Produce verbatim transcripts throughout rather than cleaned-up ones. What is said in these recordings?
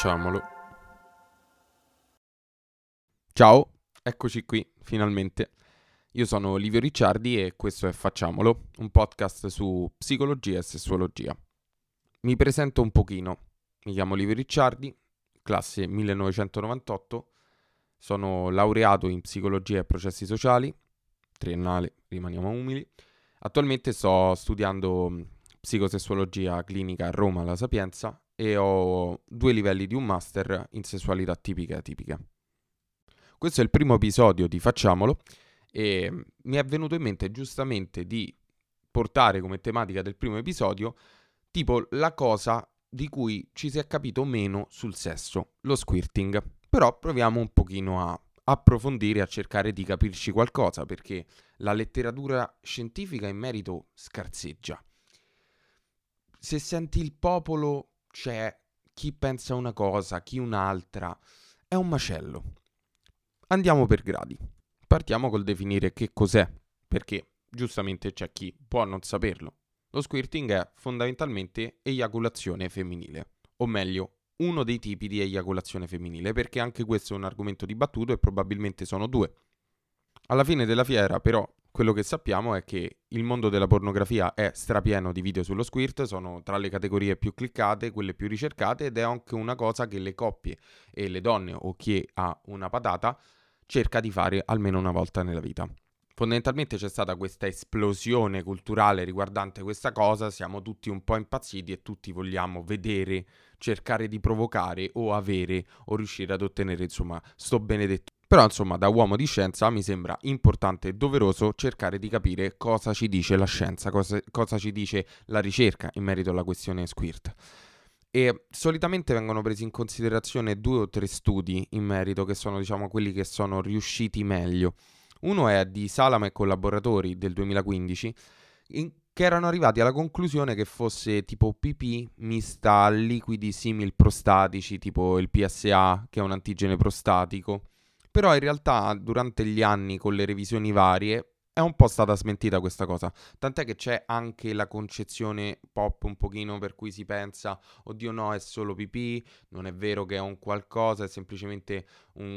Facciamolo. Ciao, eccoci qui, finalmente. Io sono Livio Ricciardi e questo è Facciamolo, un podcast su psicologia e sessuologia. Mi presento un pochino. Mi chiamo Livio Ricciardi, classe millenovecentonovantotto, sono laureato in psicologia e processi sociali, triennale, rimaniamo umili. Attualmente sto studiando mh, psicosessuologia clinica a Roma alla Sapienza e ho due livelli di un master in sessualità tipica e atipica. Questo è il primo episodio di Facciamolo e mh, mi è venuto in mente giustamente di portare come tematica del primo episodio tipo la cosa di cui ci si è capito meno sul sesso, lo squirting. Però proviamo un pochino a approfondire, a cercare di capirci qualcosa, perché la letteratura scientifica in merito scarseggia. Se senti il popolo, c'è chi pensa una cosa, chi un'altra. È un macello. Andiamo per gradi. Partiamo col definire che cos'è, perché giustamente c'è chi può non saperlo. Lo squirting è fondamentalmente eiaculazione femminile, o meglio, uno dei tipi di eiaculazione femminile, perché anche questo è un argomento dibattuto e probabilmente sono due. Alla fine della fiera, però, quello che sappiamo è che il mondo della pornografia è strapieno di video sullo squirt, sono tra le categorie più cliccate, quelle più ricercate, ed è anche una cosa che le coppie e le donne o chi ha una patata cerca di fare almeno una volta nella vita. Fondamentalmente c'è stata questa esplosione culturale riguardante questa cosa, siamo tutti un po' impazziti e tutti vogliamo vedere, cercare di provocare o avere o riuscire ad ottenere, insomma, sto benedetto. Però, insomma, da uomo di scienza mi sembra importante e doveroso cercare di capire cosa ci dice la scienza, cosa, cosa ci dice la ricerca in merito alla questione squirt. E solitamente vengono presi in considerazione due o tre studi in merito, che sono, diciamo, quelli che sono riusciti meglio. Uno è di Salama e collaboratori del duemilaquindici, in- che erano arrivati alla conclusione che fosse tipo pipì mista a liquidi simil prostatici, tipo il P S A, che è un antigene prostatico. Però in realtà durante gli anni, con le revisioni varie, è un po' stata smentita questa cosa. Tant'è che c'è anche la concezione pop un pochino per cui si pensa, oddio no, è solo pipì, non è vero che è un qualcosa, è semplicemente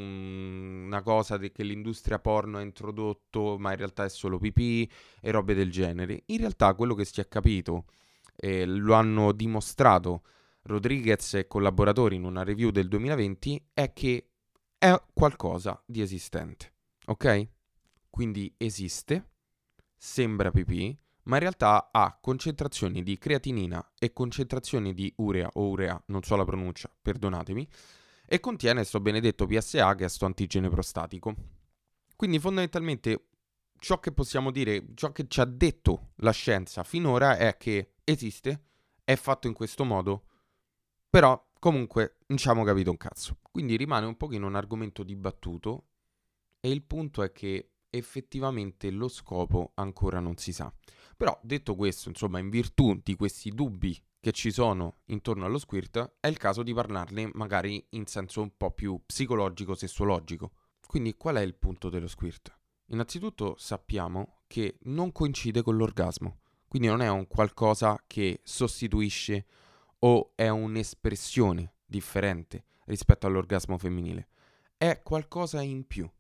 un- una cosa de- che l'industria porno ha introdotto, ma in realtà è solo pipì e robe del genere. In realtà quello che si è capito, e lo hanno dimostrato Rodriguez e collaboratori in una review del duemilaventi, è che è qualcosa di esistente, ok? Quindi esiste, sembra pipì, ma in realtà ha concentrazioni di creatinina e concentrazioni di urea o urea, non so la pronuncia, perdonatemi, e contiene sto benedetto P S A che è sto antigene prostatico. Quindi fondamentalmente ciò che possiamo dire, ciò che ci ha detto la scienza finora è che esiste, è fatto in questo modo, però comunque non ci abbiamo capito un cazzo. Quindi rimane un pochino un argomento dibattuto e il punto è che effettivamente lo scopo ancora non si sa. Però detto questo, insomma, in virtù di questi dubbi che ci sono intorno allo squirt, è il caso di parlarne magari in senso un po' più psicologico-sessuologico. Quindi qual è il punto dello squirt? Innanzitutto sappiamo che non coincide con l'orgasmo, quindi non è un qualcosa che sostituisce o è un'espressione differente rispetto all'orgasmo femminile. È qualcosa in più.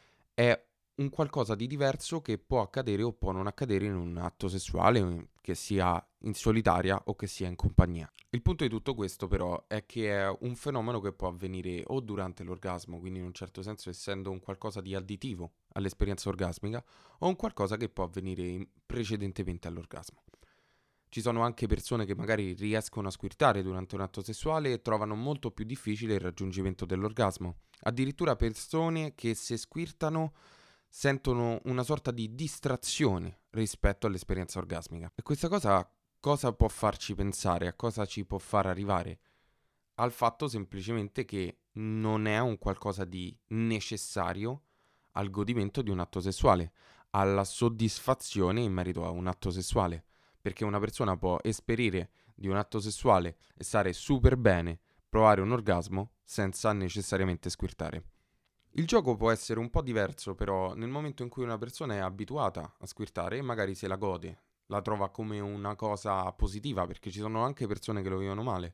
È un qualcosa di diverso che può accadere o può non accadere in un atto sessuale, che sia in solitaria o che sia in compagnia. Il punto di tutto questo però è che è un fenomeno che può avvenire o durante l'orgasmo, quindi in un certo senso essendo un qualcosa di additivo all'esperienza orgasmica, o un qualcosa che può avvenire in- precedentemente all'orgasmo. Ci sono anche persone che magari riescono a squirtare durante un atto sessuale e trovano molto più difficile il raggiungimento dell'orgasmo. Addirittura persone che se squirtano sentono una sorta di distrazione rispetto all'esperienza orgasmica. E questa cosa cosa può farci pensare? A cosa ci può far arrivare? Al fatto semplicemente che non è un qualcosa di necessario al godimento di un atto sessuale, alla soddisfazione in merito a un atto sessuale, perché una persona può esperire di un atto sessuale e stare super bene, provare un orgasmo senza necessariamente squirtare. Il gioco può essere un po' diverso, però nel momento in cui una persona è abituata a squirtare e magari se la gode, la trova come una cosa positiva, perché ci sono anche persone che lo vivono male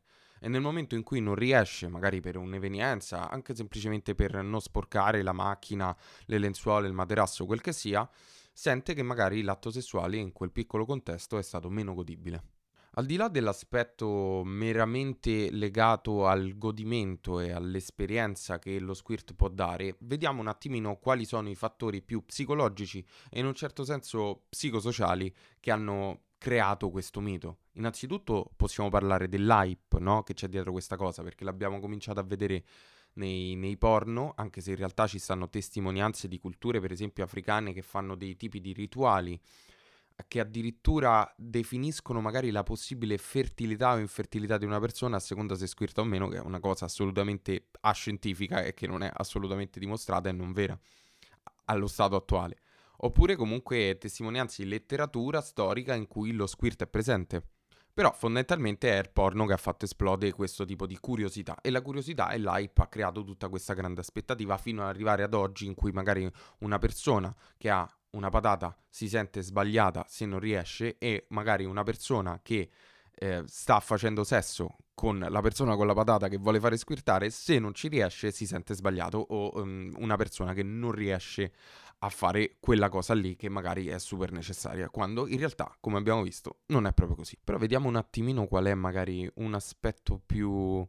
e nel momento in cui non riesce, magari per un'evenienza, anche semplicemente per non sporcare la macchina, le lenzuola, il materasso, quel che sia, sente che magari l'atto sessuale in quel piccolo contesto è stato meno godibile. Al di là dell'aspetto meramente legato al godimento e all'esperienza che lo squirt può dare, vediamo un attimino quali sono i fattori più psicologici e in un certo senso psicosociali che hanno creato questo mito. Innanzitutto possiamo parlare dell'hype, no? Che c'è dietro questa cosa, perché l'abbiamo cominciato a vedere nei, nei porno, anche se in realtà ci stanno testimonianze di culture, per esempio africane, che fanno dei tipi di rituali che addirittura definiscono magari la possibile fertilità o infertilità di una persona a seconda se squirta o meno, che è una cosa assolutamente ascientifica e che non è assolutamente dimostrata e non vera allo stato attuale. Oppure comunque testimonianze di letteratura storica in cui lo squirt è presente. Però fondamentalmente è il porno che ha fatto esplodere questo tipo di curiosità e la curiosità e l'hype ha creato tutta questa grande aspettativa fino ad arrivare ad oggi in cui magari una persona che ha una patata si sente sbagliata se non riesce e magari una persona che eh, sta facendo sesso con la persona con la patata che vuole fare squirtare, se non ci riesce si sente sbagliato o um, una persona che non riesce a fare quella cosa lì che magari è super necessaria, quando in realtà, come abbiamo visto, non è proprio così. Però vediamo un attimino qual è magari un aspetto più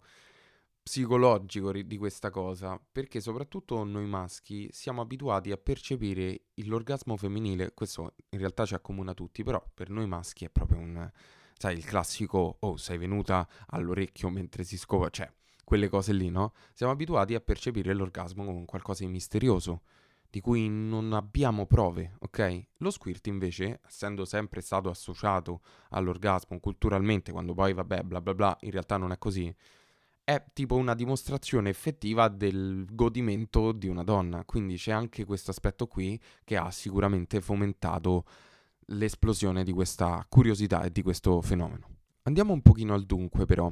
psicologico ri- di questa cosa, perché soprattutto noi maschi siamo abituati a percepire l'orgasmo femminile, questo in realtà ci accomuna tutti, però per noi maschi è proprio un, sai, il classico, oh, sei venuta all'orecchio mentre si scopa, cioè, quelle cose lì, no? Siamo abituati a percepire l'orgasmo come qualcosa di misterioso, di cui non abbiamo prove, ok? Lo squirt invece, essendo sempre stato associato all'orgasmo culturalmente, quando poi, vabbè, bla bla bla, in realtà non è così, è tipo una dimostrazione effettiva del godimento di una donna. Quindi c'è anche questo aspetto qui che ha sicuramente fomentato l'esplosione di questa curiosità e di questo fenomeno. Andiamo un pochino al dunque, però.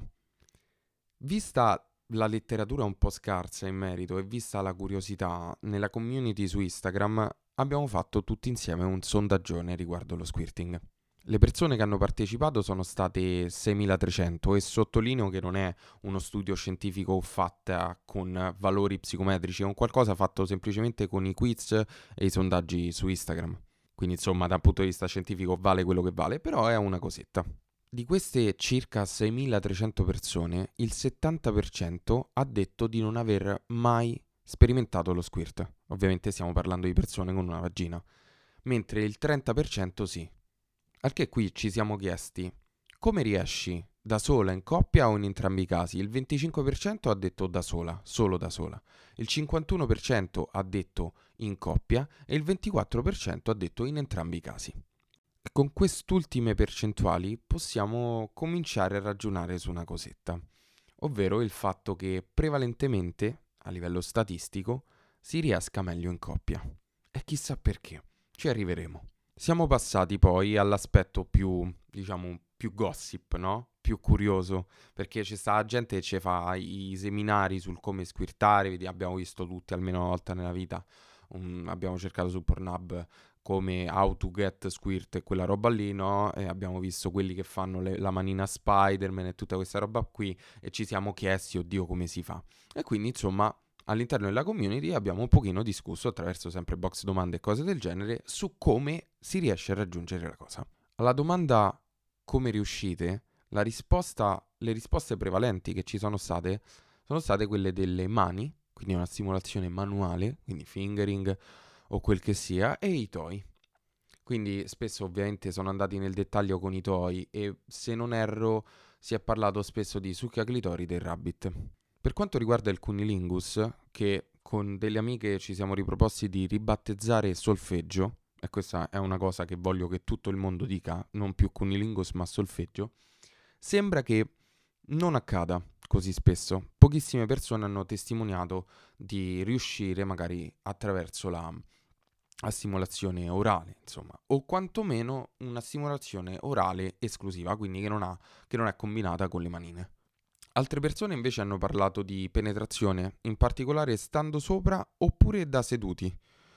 Vista la letteratura un po' scarsa in merito e vista la curiosità, nella community su Instagram abbiamo fatto tutti insieme un sondaggione riguardo lo squirting. Le persone che hanno partecipato sono state seimilatrecento e sottolineo che non è uno studio scientifico fatto con valori psicometrici, è un qualcosa fatto semplicemente con i quiz e i sondaggi su Instagram. Quindi insomma dal punto di vista scientifico vale quello che vale, però è una cosetta. Di queste circa seimilatrecento persone, il settanta per cento ha detto di non aver mai sperimentato lo squirt. Ovviamente stiamo parlando di persone con una vagina. Mentre il trenta per cento sì. Al che qui ci siamo chiesti, come riesci? Da sola, in coppia o in entrambi i casi? Il venticinque per cento ha detto da sola, solo da sola. Il cinquantuno per cento ha detto in coppia e il ventiquattro per cento ha detto in entrambi i casi. Con quest'ultime percentuali possiamo cominciare a ragionare su una cosetta, ovvero il fatto che prevalentemente, a livello statistico, si riesca meglio in coppia. E chissà perché, ci arriveremo. Siamo passati poi all'aspetto più, diciamo, più gossip, no? Più curioso, perché c'è sta gente che ci fa i seminari sul come squirtare, vedi, abbiamo visto tutti almeno una volta nella vita, um, abbiamo cercato su Pornhub come How to Get Squirt e quella roba lì, no? E abbiamo visto quelli che fanno le- la manina Spider-Man e tutta questa roba qui e ci siamo chiesti, oddio, come si fa? E quindi, insomma, all'interno della community abbiamo un pochino discusso attraverso sempre box domande e cose del genere su come si riesce a raggiungere la cosa. Alla domanda come riuscite, la risposta, le risposte prevalenti che ci sono state sono state quelle delle mani, quindi una stimolazione manuale, quindi fingering o quel che sia, e i toy. Quindi spesso ovviamente sono andati nel dettaglio con i toy e se non erro si è parlato spesso di succhia clitoride e rabbit. Per quanto riguarda il cunnilingus, che con delle amiche ci siamo riproposti di ribattezzare solfeggio, e questa è una cosa che voglio che tutto il mondo dica, non più cunnilingus ma solfeggio, sembra che non accada così spesso. Pochissime persone hanno testimoniato di riuscire magari attraverso la, la stimolazione orale, insomma, o quantomeno una stimolazione orale esclusiva, quindi che non, ha, che non è combinata con le manine. Altre persone invece hanno parlato di penetrazione, in particolare stando sopra oppure da seduti.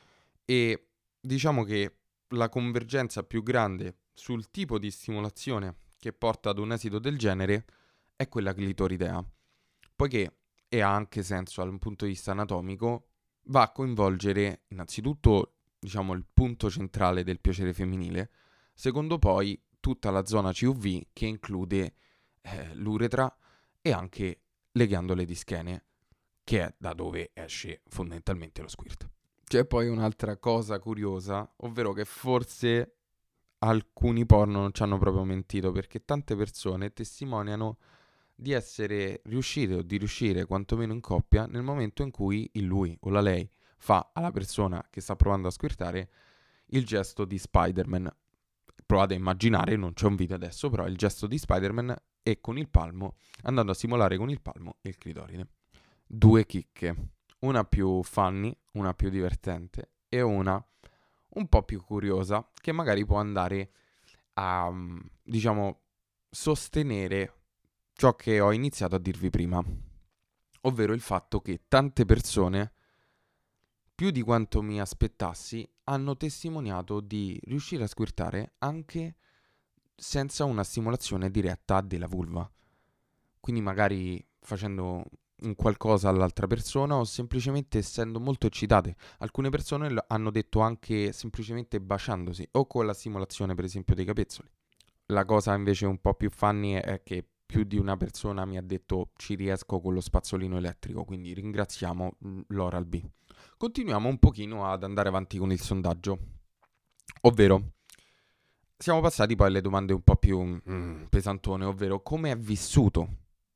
E diciamo che la convergenza più grande sul tipo di stimolazione che porta ad un esito del genere è quella clitoridea, poiché, e ha anche senso dal punto di vista anatomico, va a coinvolgere innanzitutto, diciamo, il punto centrale del piacere femminile, secondo poi tutta la zona C U V che include eh, l'uretra e anche le ghiandole di Skene, che è da dove esce fondamentalmente lo squirt. C'è poi un'altra cosa curiosa, ovvero che forse alcuni porno non ci hanno proprio mentito, perché tante persone testimoniano di essere riuscite o di riuscire quantomeno in coppia nel momento in cui il lui o la lei fa alla persona che sta provando a squirtare il gesto di Spider-Man. Provate a immaginare, non c'è un video adesso, però il gesto di Spider-Man e con il palmo, andando a simulare con il palmo il clitoride. Due chicche, una più funny, una più divertente e una un po' più curiosa che magari può andare a, diciamo, sostenere ciò che ho iniziato a dirvi prima, ovvero il fatto che tante persone, più di quanto mi aspettassi, hanno testimoniato di riuscire a squirtare anche senza una stimolazione diretta della vulva. Quindi magari facendo un qualcosa all'altra persona o semplicemente essendo molto eccitate. Alcune persone lo hanno detto anche semplicemente baciandosi o con la stimolazione per esempio dei capezzoli. La cosa invece un po' più funny è che più di una persona mi ha detto ci riesco con lo spazzolino elettrico, quindi ringraziamo mm, l'Oral B. Continuiamo un pochino ad andare avanti con il sondaggio, ovvero siamo passati poi alle domande un po' più mm, pesantone, ovvero come è vissuto.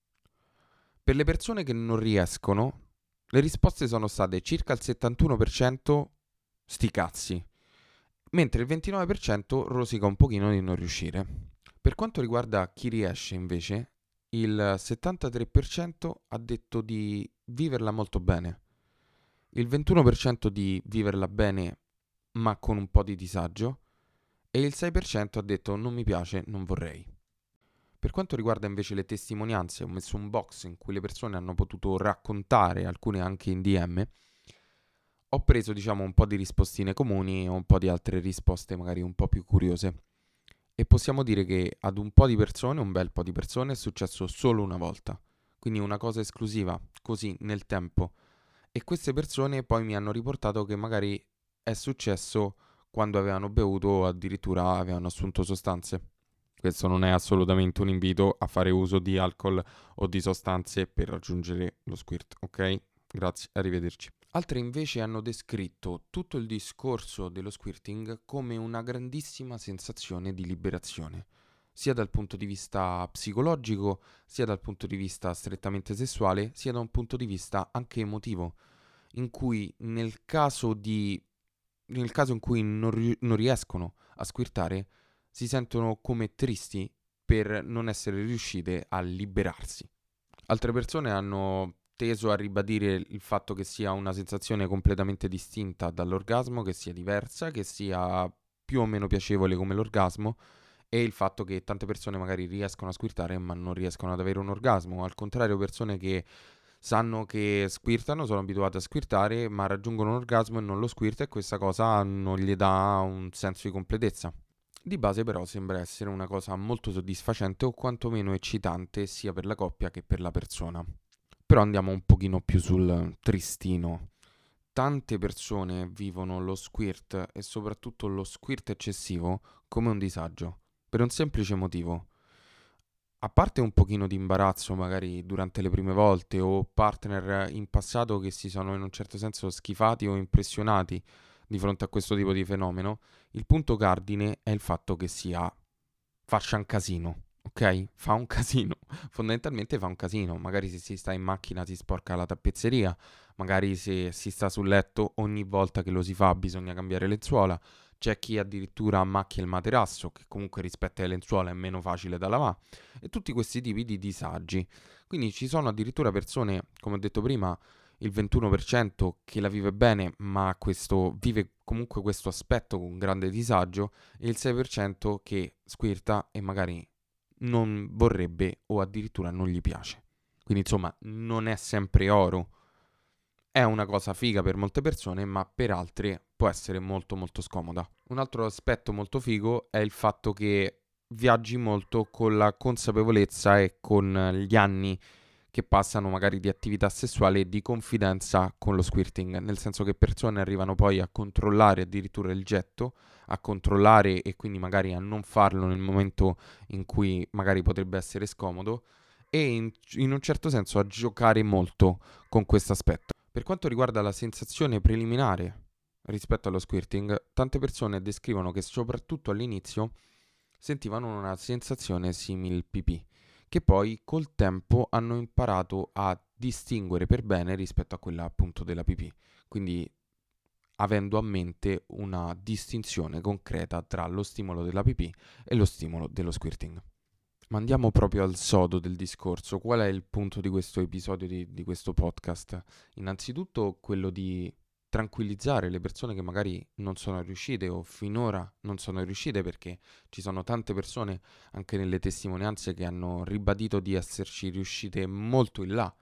Per le persone che non riescono, le risposte sono state circa il settantuno per cento sti cazzi, mentre il ventinove per cento rosica un pochino di non riuscire. Per quanto riguarda chi riesce invece, il settantatré per cento ha detto di viverla molto bene, il ventuno per cento di viverla bene ma con un po' di disagio e il sei per cento ha detto non mi piace, non vorrei. Per quanto riguarda invece le testimonianze, ho messo un box in cui le persone hanno potuto raccontare, alcune anche in D M. Ho preso, diciamo, un po' di rispostine comuni e un po' di altre risposte magari un po' più curiose. E possiamo dire che ad un po' di persone, un bel po' di persone, è successo solo una volta. Quindi una cosa esclusiva, così, nel tempo. E queste persone poi mi hanno riportato che magari è successo quando avevano bevuto o addirittura avevano assunto sostanze. Questo non è assolutamente un invito a fare uso di alcol o di sostanze per raggiungere lo squirt, ok? Grazie, arrivederci. Altre invece hanno descritto tutto il discorso dello squirting come una grandissima sensazione di liberazione, sia dal punto di vista psicologico, sia dal punto di vista strettamente sessuale, sia da un punto di vista anche emotivo, in cui nel caso di nel caso in cui non, ri- non riescono a squirtare, si sentono come tristi per non essere riuscite a liberarsi. Altre persone hanno teso a ribadire il fatto che sia una sensazione completamente distinta dall'orgasmo, che sia diversa, che sia più o meno piacevole come l'orgasmo, e il fatto che tante persone magari riescono a squirtare ma non riescono ad avere un orgasmo, al contrario persone che sanno che squirtano, sono abituate a squirtare, ma raggiungono un orgasmo e non lo squirta e questa cosa non gli dà un senso di completezza. Di base però sembra essere una cosa molto soddisfacente o quantomeno eccitante sia per la coppia che per la persona. Però andiamo un pochino più sul tristino. Tante persone vivono lo squirt e soprattutto lo squirt eccessivo come un disagio, per un semplice motivo. A parte un pochino di imbarazzo magari durante le prime volte o partner in passato che si sono in un certo senso schifati o impressionati di fronte a questo tipo di fenomeno, il punto cardine è il fatto che sia faccia un casino, ok? Fa un casino, fondamentalmente fa un casino, magari se si sta in macchina si sporca la tappezzeria, magari se si sta sul letto ogni volta che lo si fa bisogna cambiare lenzuola, c'è chi addirittura macchia il materasso, che comunque rispetto alle lenzuola è meno facile da lavare, e tutti questi tipi di disagi. Quindi ci sono addirittura persone, come ho detto prima, il ventuno per cento che la vive bene, ma questo, vive comunque questo aspetto con grande disagio, e il sei per cento che squirta e magari non vorrebbe o addirittura non gli piace. Quindi insomma non è sempre oro. È una cosa figa per molte persone, ma per altre può essere molto molto scomoda. Un altro aspetto molto figo è il fatto che viaggi molto con la consapevolezza e con gli anni che passano magari di attività sessuale e di confidenza con lo squirting, nel senso che persone arrivano poi a controllare addirittura il getto, a controllare e quindi magari a non farlo nel momento in cui magari potrebbe essere scomodo e in, in un certo senso a giocare molto con questo aspetto. Per quanto riguarda la sensazione preliminare rispetto allo squirting, tante persone descrivono che soprattutto all'inizio sentivano una sensazione simil pipì, che poi col tempo hanno imparato a distinguere per bene rispetto a quella appunto della pipì, quindi avendo a mente una distinzione concreta tra lo stimolo della pipì e lo stimolo dello squirting. Ma andiamo proprio al sodo del discorso. Qual è il punto di questo episodio di, di questo podcast? Innanzitutto quello di tranquillizzare le persone che magari non sono riuscite o finora non sono riuscite, perché ci sono tante persone anche nelle testimonianze che hanno ribadito di esserci riuscite molto in là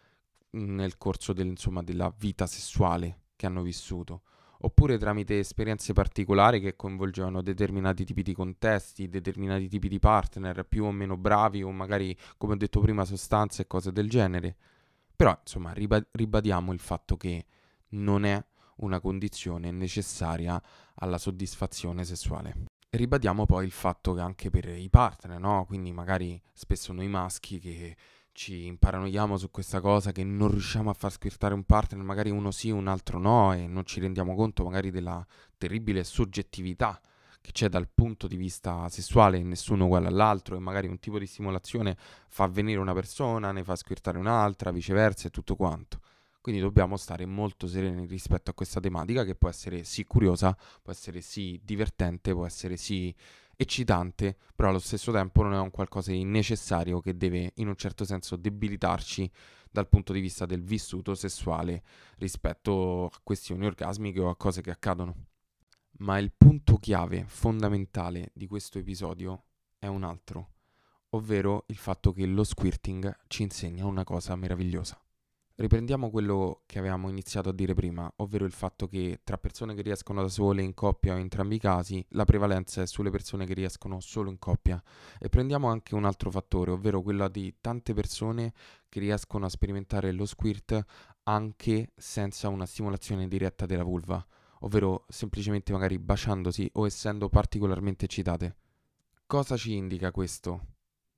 nel corso del, insomma, della vita sessuale che hanno vissuto, oppure tramite esperienze particolari che coinvolgevano determinati tipi di contesti, determinati tipi di partner più o meno bravi o magari, come ho detto prima, sostanze e cose del genere. Però, insomma, riba- ribadiamo il fatto che non è una condizione necessaria alla soddisfazione sessuale. E ribadiamo poi il fatto che anche per i partner, no? Quindi magari spesso noi maschi che ci imparanoiamo su questa cosa, che non riusciamo a far squirtare un partner, magari uno sì, un altro no, e non ci rendiamo conto magari della terribile soggettività che c'è dal punto di vista sessuale, nessuno è uguale all'altro, e magari un tipo di stimolazione fa venire una persona, ne fa squirtare un'altra, viceversa e tutto quanto. Quindi dobbiamo stare molto sereni rispetto a questa tematica, che può essere sì curiosa, può essere sì divertente, può essere sì eccitante, però allo stesso tempo non è un qualcosa di necessario che deve in un certo senso debilitarci dal punto di vista del vissuto sessuale rispetto a questioni orgasmiche o a cose che accadono. Ma il punto chiave fondamentale di questo episodio è un altro, ovvero il fatto che lo squirting ci insegna una cosa meravigliosa. Riprendiamo quello che avevamo iniziato a dire prima, ovvero il fatto che tra persone che riescono da sole, in coppia o in entrambi i casi, la prevalenza è sulle persone che riescono solo in coppia. E prendiamo anche un altro fattore, ovvero quello di tante persone che riescono a sperimentare lo squirt anche senza una stimolazione diretta della vulva, ovvero semplicemente magari baciandosi o essendo particolarmente eccitate. Cosa ci indica questo?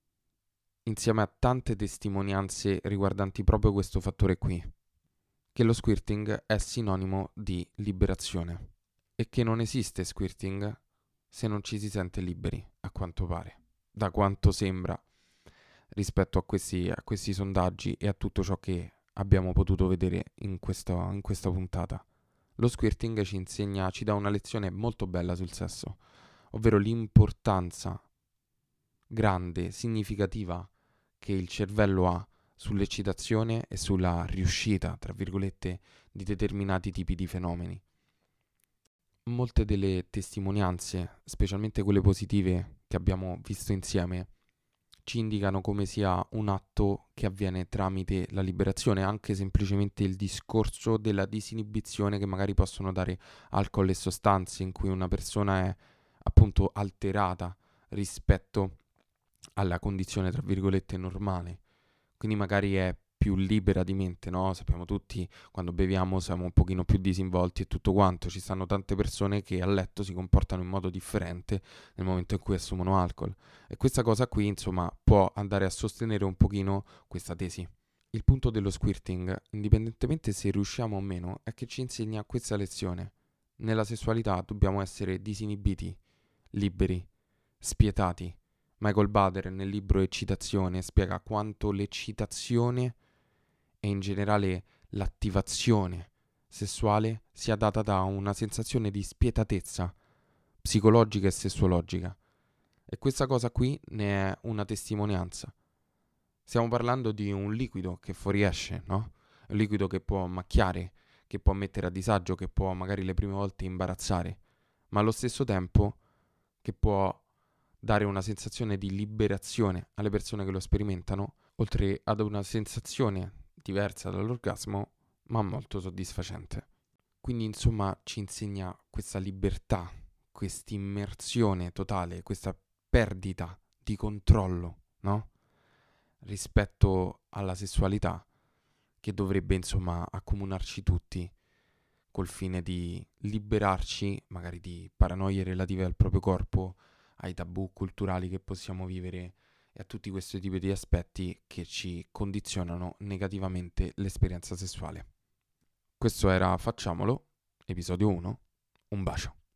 Insieme a tante testimonianze riguardanti proprio questo fattore qui, che lo squirting è sinonimo di liberazione e che non esiste squirting se non ci si sente liberi, a quanto pare, da quanto sembra rispetto a questi, a questi sondaggi e a tutto ciò che abbiamo potuto vedere in, questo, in questa puntata. Lo squirting ci insegna, ci dà una lezione molto bella sul sesso, ovvero l'importanza grande, significativa che il cervello ha sull'eccitazione e sulla riuscita, tra virgolette, di determinati tipi di fenomeni. Molte delle testimonianze, specialmente quelle positive che abbiamo visto insieme, ci indicano come sia un atto che avviene tramite la liberazione, anche semplicemente il discorso della disinibizione che magari possono dare alcol e sostanze, in cui una persona è appunto alterata rispetto alla condizione, tra virgolette, normale. Quindi magari è più libera di mente, no? Sappiamo tutti, quando beviamo siamo un pochino più disinvolti e tutto quanto. Ci stanno tante persone che a letto si comportano in modo differente nel momento in cui assumono alcol. E questa cosa qui, insomma, può andare a sostenere un pochino questa tesi. Il punto dello squirting, indipendentemente se riusciamo o meno, è che ci insegna questa lezione. Nella sessualità dobbiamo essere disinibiti, liberi, spietati. Michael Bader nel libro Eccitazione spiega quanto l'eccitazione e in generale l'attivazione sessuale sia data da una sensazione di spietatezza psicologica e sessuologica. E questa cosa qui ne è una testimonianza. Stiamo parlando di un liquido che fuoriesce, no? Un liquido che può macchiare, che può mettere a disagio, che può magari le prime volte imbarazzare, ma allo stesso tempo che può dare una sensazione di liberazione alle persone che lo sperimentano, oltre ad una sensazione diversa dall'orgasmo, ma molto soddisfacente. Quindi insomma ci insegna questa libertà, questa immersione totale, questa perdita di controllo, no? Rispetto alla sessualità, che dovrebbe insomma accomunarci tutti col fine di liberarci magari di paranoie relative al proprio corpo, ai tabù culturali che possiamo vivere e a tutti questi tipi di aspetti che ci condizionano negativamente l'esperienza sessuale. Questo era Facciamolo, episodio uno. Un bacio.